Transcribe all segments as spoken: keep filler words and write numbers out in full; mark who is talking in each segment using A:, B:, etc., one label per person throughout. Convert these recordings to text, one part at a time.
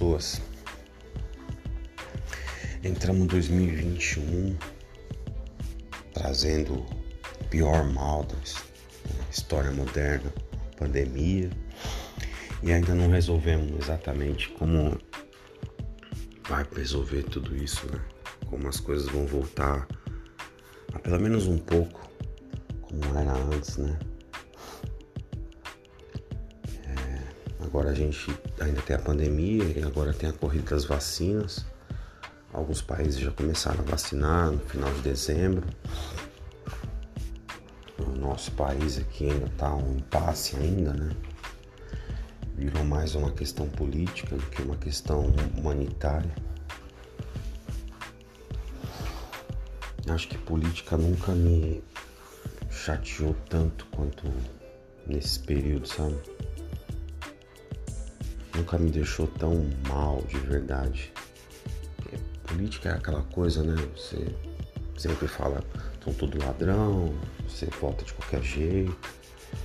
A: pessoas. Entramos em dois mil e vinte e um trazendo o pior mal da história moderna, pandemia, e ainda não resolvemos exatamente como vai resolver tudo isso, né? Como as coisas vão voltar a pelo menos um pouco como era antes, né? É, agora a gente ainda tem a pandemia e agora tem a corrida das vacinas. Alguns países já começaram a vacinar no final de dezembro. O nosso país aqui ainda está um impasse ainda, né? Virou mais uma questão política do que uma questão humanitária. Acho que política nunca me chateou tanto quanto nesse período, sabe? Nunca me deixou tão mal de verdade. Porque política é aquela coisa, né? Você sempre fala, são tudo ladrão, você vota de qualquer jeito.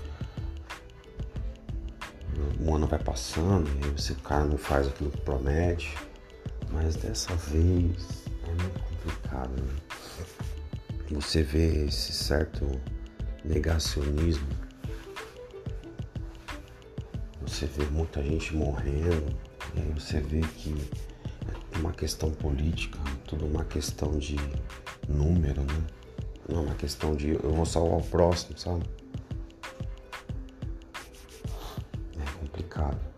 A: O ano vai passando e aí você, o cara não faz aquilo que promete. Mas dessa vez é muito complicado, né? Você vê esse certo negacionismo. Você vê muita gente morrendo. E aí você vê que é uma questão política, tudo uma questão de número, né? Não é uma questão de eu vou salvar o próximo, sabe? É complicado.